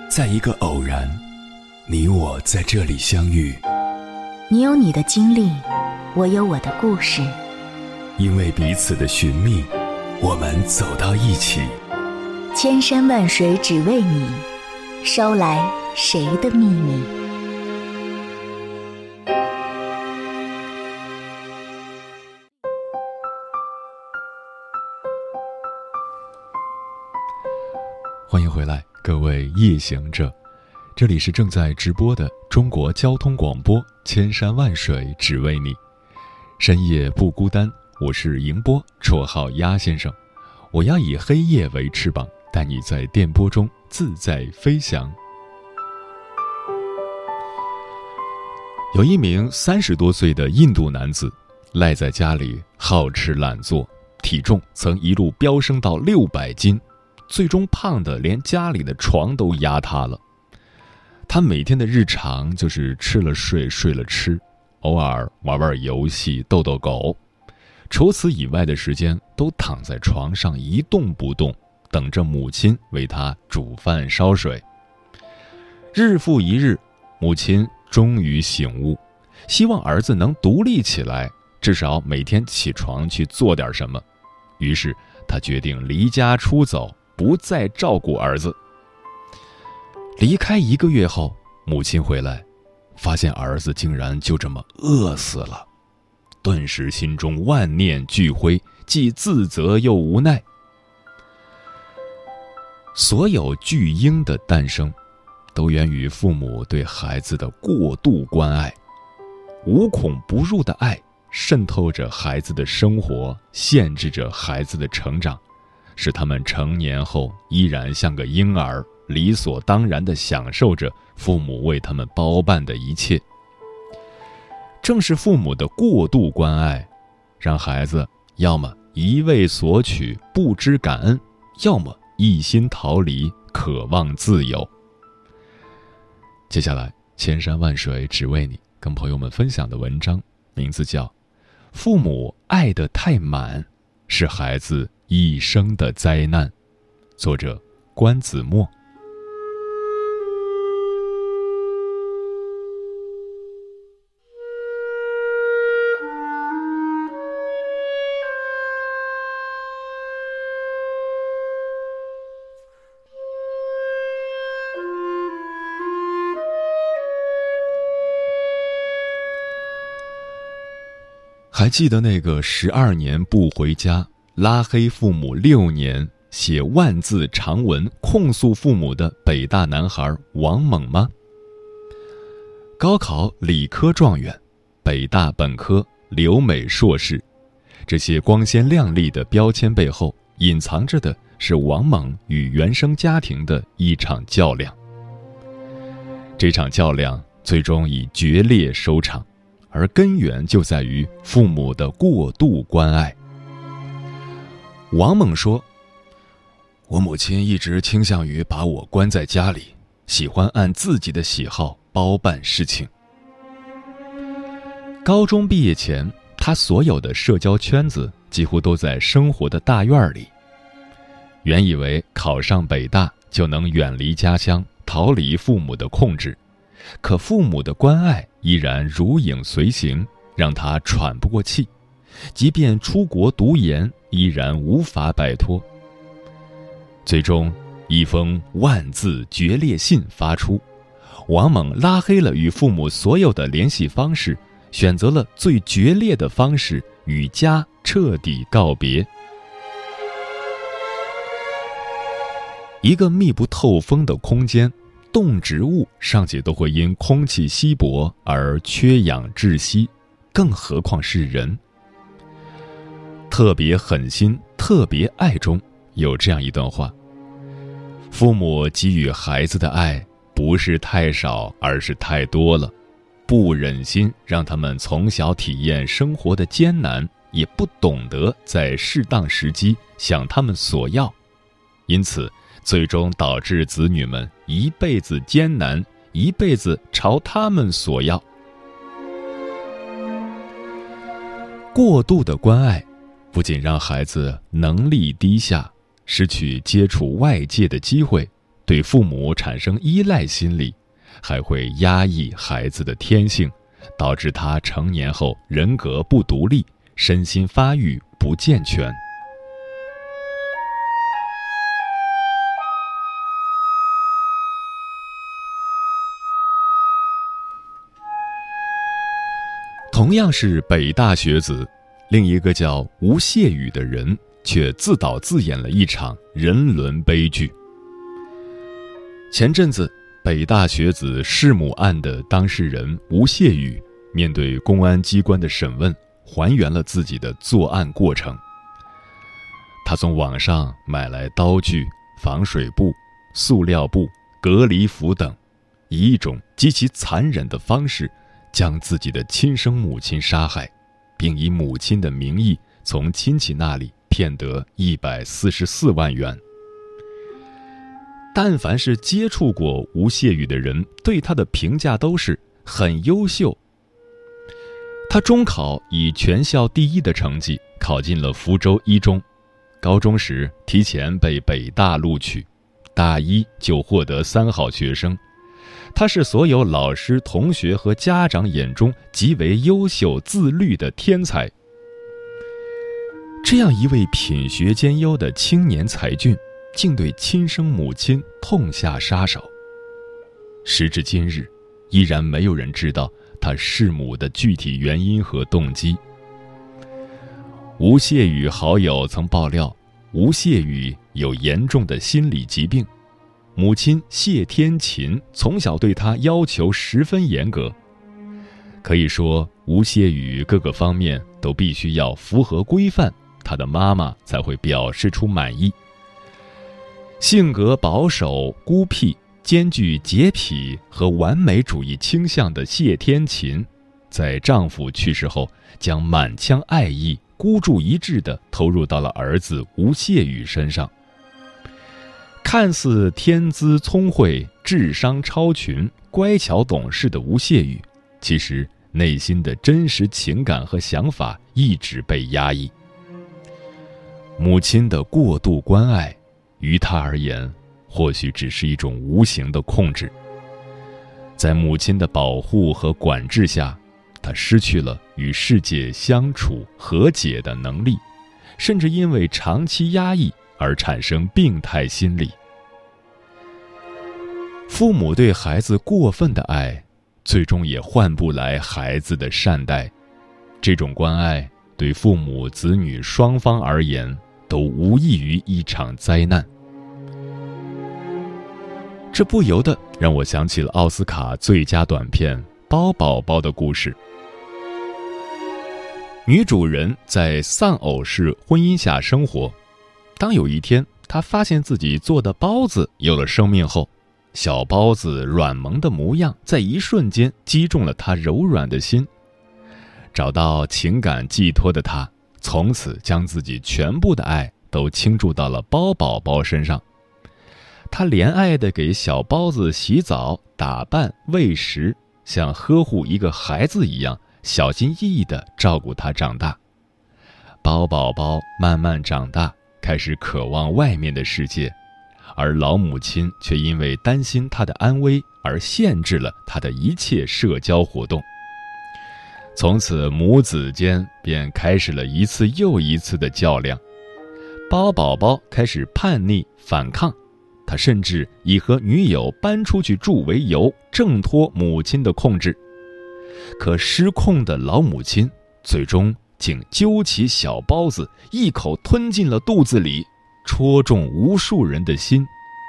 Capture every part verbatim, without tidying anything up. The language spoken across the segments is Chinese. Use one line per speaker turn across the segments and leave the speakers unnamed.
在一个偶然，你我在这里相遇。
你有你的经历，我有我的故事。
因为彼此的寻觅，我们走到一起。
千山万水只为你，捎来谁的秘密？
欢迎回来，各位夜行者，这里是正在直播的中国交通广播，千山万水只为你，深夜不孤单。我是迎波，绰号鸭先生。我要以黑夜为翅膀，带你在电波中自在飞翔。有一名三十多岁的印度男子赖在家里好吃懒做，体重曾一路飙升到六百斤，最终胖得连家里的床都压塌了。他每天的日常就是吃了睡，睡了吃，偶尔玩玩游戏，逗逗狗。除此以外的时间都躺在床上一动不动，等着母亲为他煮饭烧水。日复一日，母亲终于醒悟，希望儿子能独立起来，至少每天起床去做点什么。于是他决定离家出走，不再照顾儿子。离开一个月后，母亲回来，发现儿子竟然就这么饿死了，顿时心中万念俱灰，既自责又无奈。所有巨婴的诞生，都源于父母对孩子的过度关爱，无孔不入的爱渗透着孩子的生活，限制着孩子的成长，使他们成年后依然像个婴儿，理所当然地享受着父母为他们包办的一切。正是父母的过度关爱，让孩子要么一味索取不知感恩，要么一心逃离渴望自由。接下来千山万水只为你跟朋友们分享的文章名字叫《父母爱得太满是孩子一生的灾难》，作者关子墨。还记得那个十二年不回家，拉黑父母六年，写万字长文控诉父母的北大男孩王猛吗？高考理科状元，北大本科，留美硕士，这些光鲜亮丽的标签背后，隐藏着的是王猛与原生家庭的一场较量。这场较量最终以决裂收场，而根源就在于父母的过度关爱。王猛说，我母亲一直倾向于把我关在家里，喜欢按自己的喜好包办事情。高中毕业前，他所有的社交圈子几乎都在生活的大院里。原以为考上北大就能远离家乡，逃离父母的控制，可父母的关爱依然如影随形，让他喘不过气，即便出国读研，依然无法摆脱。最终，一封万字决裂信发出，王猛拉黑了与父母所有的联系方式，选择了最决裂的方式，与家彻底告别。一个密不透风的空间，动植物尚且都会因空气稀薄而缺氧窒息，更何况是人。特别狠心，特别爱中有这样一段话：父母给予孩子的爱不是太少，而是太多了，不忍心让他们从小体验生活的艰难，也不懂得在适当时机向他们索要，因此最终导致子女们一辈子艰难，一辈子朝他们索要。过度的关爱不仅让孩子能力低下，失去接触外界的机会， 对父母产生依赖心理，还会压抑孩子的天性，导致他成年后人格不独立，身心发育不健全。同样是北大学子，另一个叫吴谢宇的人却自导自演了一场人伦悲剧。前阵子，北大学子弑母案的当事人吴谢宇面对公安机关的审问，还原了自己的作案过程。他从网上买来刀具、防水布、塑料布、隔离服等，以一种极其残忍的方式将自己的亲生母亲杀害，并以母亲的名义从亲戚那里骗得一百四十四万元。但凡是接触过吴谢宇的人，对他的评价都是很优秀。他中考以全校第一的成绩考进了福州一中，高中时提前被北大录取，大一就获得三好学生。他是所有老师、同学和家长眼中极为优秀、自律的天才。这样一位品学兼优的青年才俊，竟对亲生母亲痛下杀手。时至今日，依然没有人知道他弑母的具体原因和动机。吴谢宇好友曾爆料，吴谢宇有严重的心理疾病，母亲谢天琴从小对他要求十分严格，可以说吴谢宇各个方面都必须要符合规范，他的妈妈才会表示出满意。性格保守孤僻，兼具洁癖和完美主义倾向的谢天琴，在丈夫去世后，将满腔爱意孤注一掷地投入到了儿子吴谢宇身上。看似天资聪慧、智商超群、乖巧懂事的吴谢宇，其实内心的真实情感和想法一直被压抑。母亲的过度关爱，于他而言，或许只是一种无形的控制。在母亲的保护和管制下，他失去了与世界相处和解的能力，甚至因为长期压抑而产生病态心理。父母对孩子过分的爱，最终也换不来孩子的善待。这种关爱对父母子女双方而言，都无异于一场灾难。这不由得让我想起了奥斯卡最佳短片《包宝宝》的故事。女主人在丧偶式婚姻下生活，当有一天她发现自己做的包子有了生命后，小包子软萌的模样在一瞬间击中了她柔软的心。找到情感寄托的她，从此将自己全部的爱都倾注到了包宝宝身上。她怜爱地给小包子洗澡、打扮、喂食，像呵护一个孩子一样小心翼翼地照顾他长大。包宝宝慢慢长大，开始渴望外面的世界，而老母亲却因为担心他的安危而限制了他的一切社交活动。从此母子间便开始了一次又一次的较量。包宝宝开始叛逆反抗，他甚至以和女友搬出去住为由，挣脱母亲的控制。可失控的老母亲最终竟揪起小包子，一口吞进了肚子里，戳中无数人的心。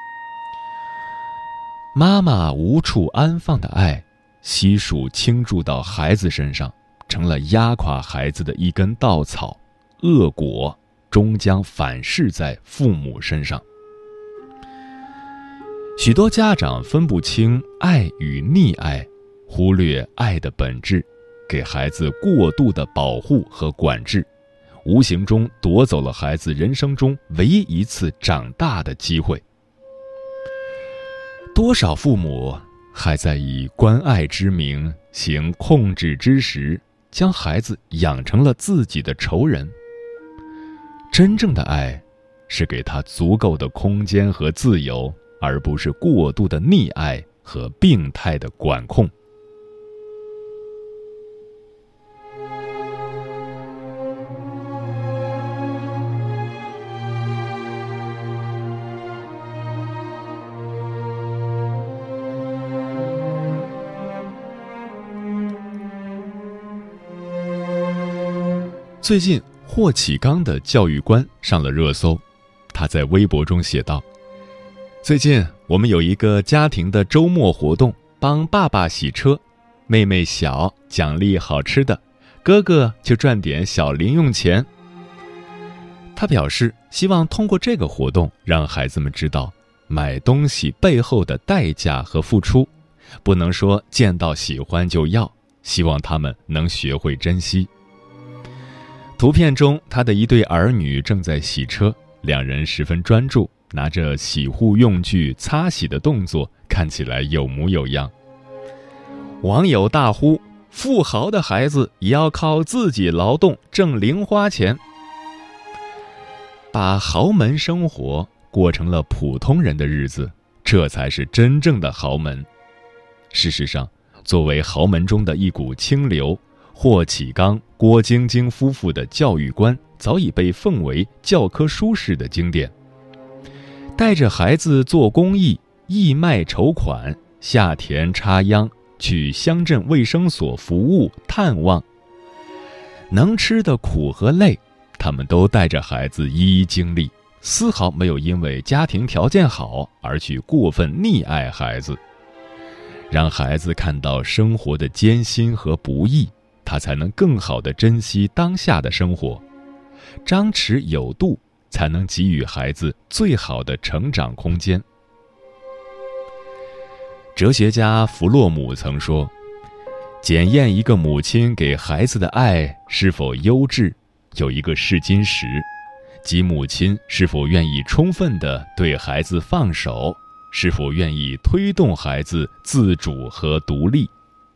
妈妈无处安放的爱，悉数倾注到孩子身上，成了压垮孩子的一根稻草，恶果终将反噬在父母身上。许多家长分不清爱与溺爱，忽略爱的本质，给孩子过度的保护和管制，无形中夺走了孩子人生中唯一一次长大的机会。多少父母还在以关爱之名行控制之实，将孩子养成了自己的仇人。真正的爱是给他足够的空间和自由， 而不是过度的溺爱和病态的管控。最近霍启刚的教育观上了热搜，他在微博中写道：最近我们有一个家庭的周末活动，帮爸爸洗车，妹妹小，奖励好吃的，哥哥就赚点小零用钱。他表示希望通过这个活动让孩子们知道买东西背后的代价和付出，不能说见到喜欢就要，希望他们能学会珍惜。图片中，他的一对儿女正在洗车，两人十分专注，拿着洗护用具擦洗的动作看起来有模有样。网友大呼：富豪的孩子也要靠自己劳动挣零花钱。把豪门生活过成了普通人的日子，这才是真正的豪门。事实上，作为豪门中的一股清流，霍启刚、郭晶晶夫妇的教育观早已被奉为教科书式的经典。带着孩子做公益，义卖筹款，下田插秧，去乡镇卫生所服务探望，能吃的苦和累，他们都带着孩子一一经历，丝毫没有因为家庭条件好而去过分溺爱孩子。让孩子看到生活的艰辛和不易，他才能更好地珍惜当下的生活。张弛有度，才能给予孩子最好的成长空间。哲学家弗洛姆曾说，检验一个母亲给孩子的爱是否优质，有一个试金石，即母亲是否愿意充分地对孩子放手，是否愿意推动孩子自主和独立。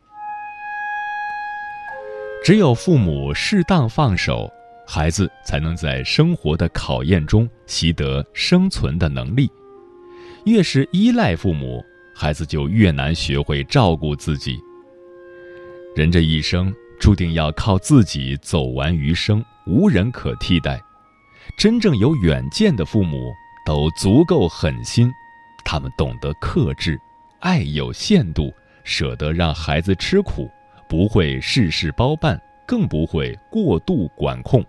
只有父母适当放手，孩子才能在生活的考验中习得生存的能力。越是依赖父母，孩子就越难学会照顾自己。人这一生注定要靠自己走完余生，无人可替代。真正有远见的父母都足够狠心，他们懂得克制，爱有限度，舍得让孩子吃苦，不会事事包办，更不会过度管控。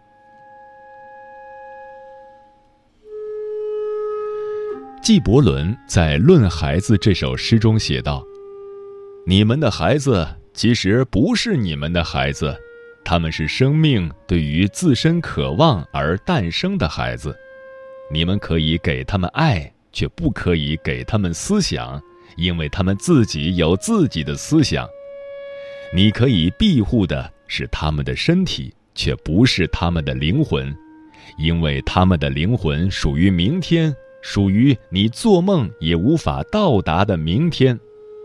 纪伯伦在《论孩子》这首诗中写道：你们的孩子其实不是你们的孩子，他们是生命对于自身渴望而诞生的孩子。你们可以给他们爱，却不可以给他们思想，因为他们自己有自己的思想。你可以庇护的是他们的身体，却不是他们的灵魂，因为他们的灵魂属于明天，属于你做梦也无法到达的明天。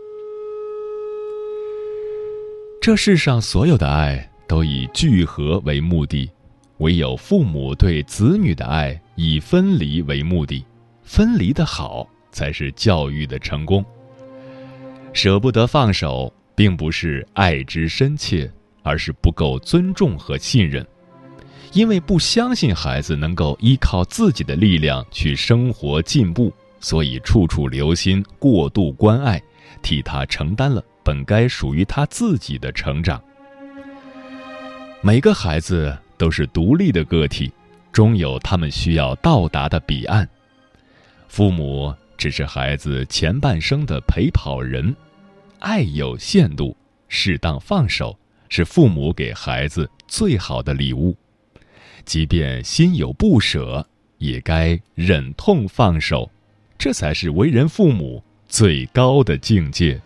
这世上所有的爱都以聚合为目的，唯有父母对子女的爱以分离为目的，分离的好才是教育的成功。舍不得放手，并不是爱之深切，而是不够尊重和信任。因为不相信孩子能够依靠自己的力量去生活进步，所以处处留心，过度关爱，替他承担了本该属于他自己的成长。每个孩子都是独立的个体，终有他们需要到达的彼岸。父母只是孩子前半生的陪跑人，爱有限度，适当放手，是父母给孩子最好的礼物。即便心有不舍，也该忍痛放手，这才是为人父母最高的境界。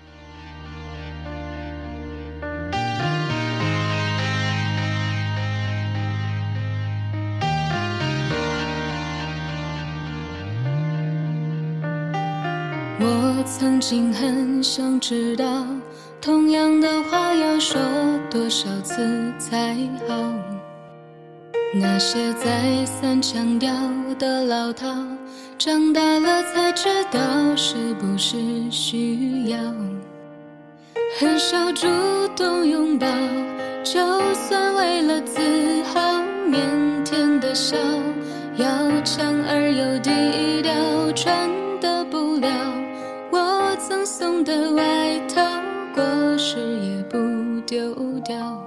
我曾经很想知道，同样的话要说多少次才好，那些再三强调的老套， 长大了才知道是不是需要，很少主动拥抱，就算为了自豪，腼腆的笑，要强而又低调，穿得不了我赠送的外套，过时也不丢掉，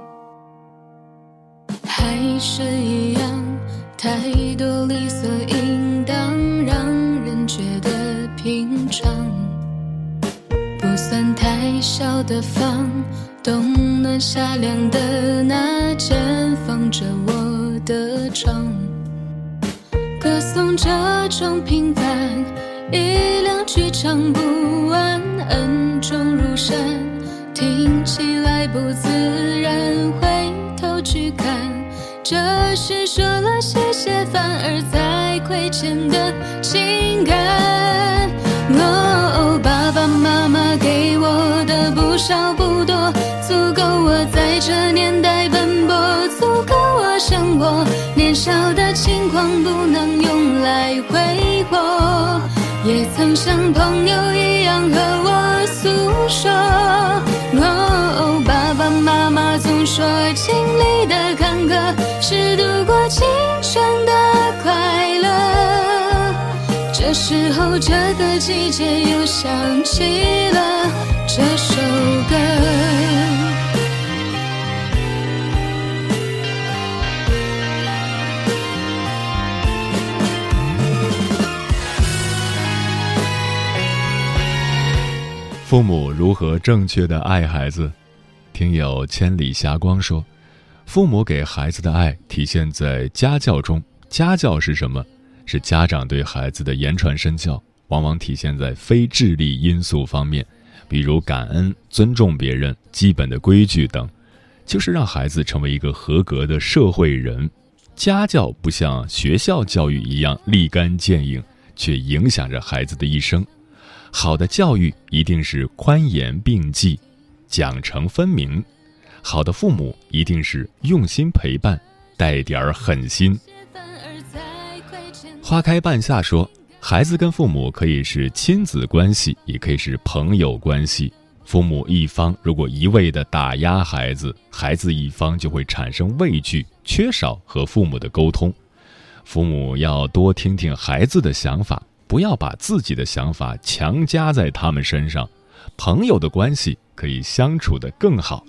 还是一样，太多理所应当，让人觉得平常，不算太小的房，冬暖夏凉的那间放着我的床，歌颂这种平凡，一两句唱不完，恩重如山，听起来不自然，回头去看，这是说了谢谢反而才亏欠的情感。哦，爸爸妈妈给我的不少不多，足够我在这年代奔波，足够我生活，年少的轻狂不能用来挥霍，也曾像朋友一样和我诉说。哦，爸爸妈妈总说经历的坎坷是度过青春的快乐，这时候这个季节又想起了这首歌。
父母如何正确的爱孩子？听友千里霞光说，父母给孩子的爱体现在家教中。家教是什么？是家长对孩子的言传身教，往往体现在非智力因素方面，比如感恩、尊重别人、基本的规矩等，就是让孩子成为一个合格的社会人。家教不像学校教育一样立竿见影，却影响着孩子的一生。好的教育一定是宽严并济，奖惩分明。好的父母一定是用心陪伴，带点狠心。花开半夏说，孩子跟父母可以是亲子关系，也可以是朋友关系。父母一方如果一味地打压孩子，孩子一方就会产生畏惧，缺少和父母的沟通。父母要多听听孩子的想法，不要把自己的想法强加在他们身上，朋友的关系可以相处得更好。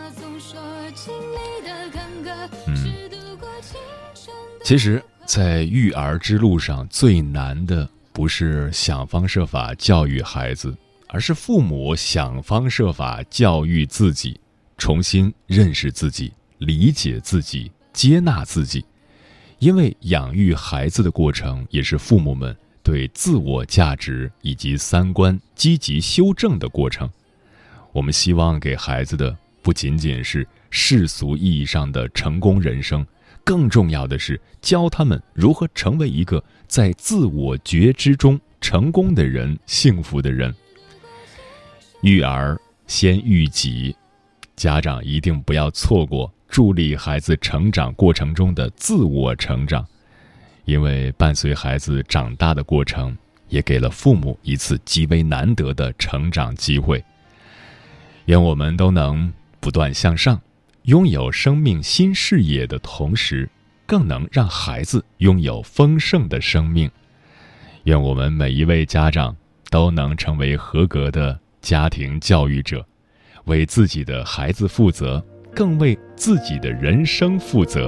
嗯，其实在育儿之路上最难的不是想方设法教育孩子，而是父母想方设法教育自己，重新认识自己，理解自己，接纳自己。因为养育孩子的过程也是父母们对自我价值以及三观积极修正的过程。我们希望给孩子的不仅仅是世俗意义上的成功人生，更重要的是教他们如何成为一个在自我觉知中成功的人，幸福的人。育儿先育己，家长一定不要错过助力孩子成长过程中的自我成长，因为伴随孩子长大的过程，也给了父母一次极为难得的成长机会。愿我们都能不断向上，拥有生命新视野的同时，更能让孩子拥有丰盛的生命。愿我们每一位家长都能成为合格的家庭教育者，为自己的孩子负责，更为自己的人生负责。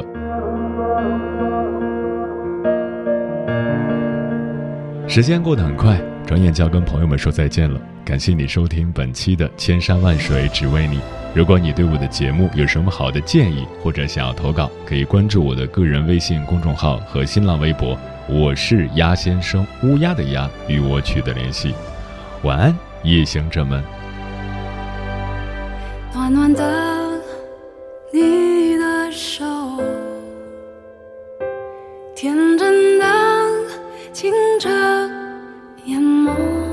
时间过得很快，转眼就要跟朋友们说再见了。感谢你收听本期的千山万水只为你。如果你对我的节目有什么好的建议，或者想要投稿，可以关注我的个人微信公众号和新浪微博，我是鸭先生，乌鸦的鸭，与我取得联系。晚安，夜行者们。
暖暖的你的手，天真的轻着眼眸，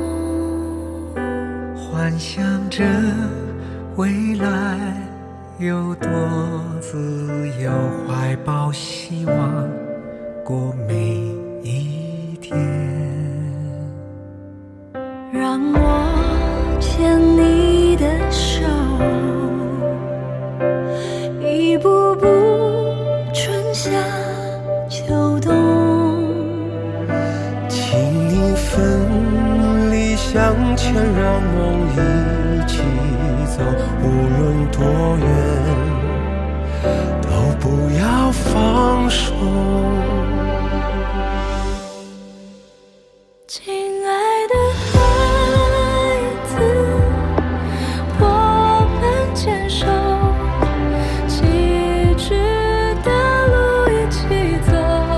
幻想着未来有多自由，怀抱希望过每一天。
让我牵你的手，一步步春夏秋冬，
请你奋力向前，让梦一起走，无论多远都不要放手。
亲爱的孩子，我们牵手，崎岖的路一起走。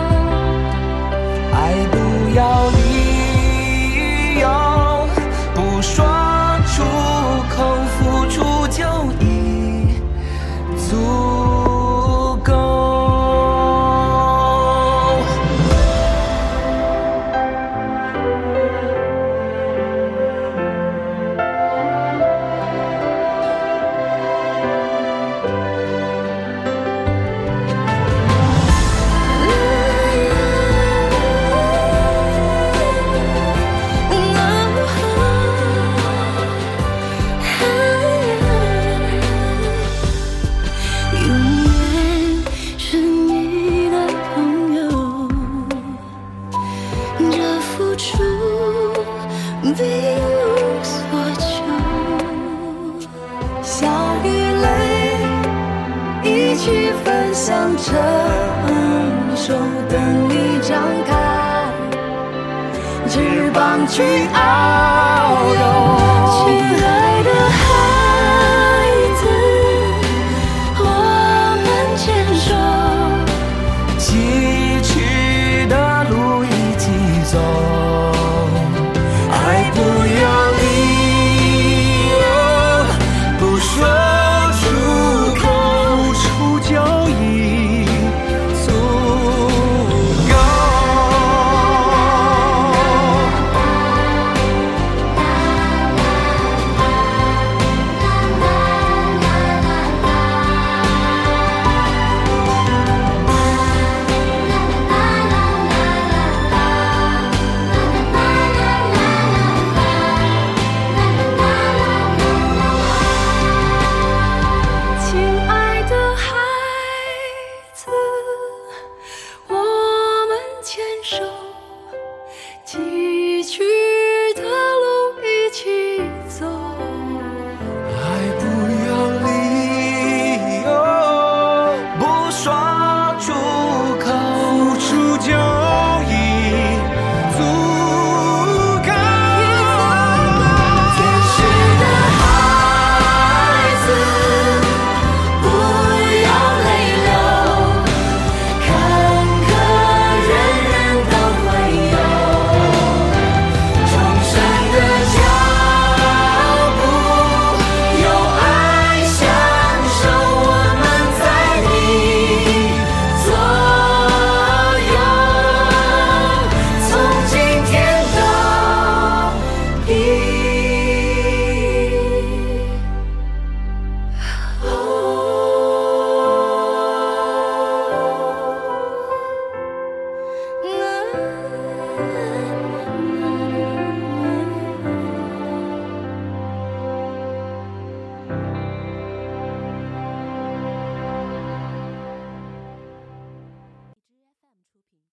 爱不要理由，不说出口，付出就已足够。
并无所求，笑与泪一起分享成熟，等你张开翅膀去遨游。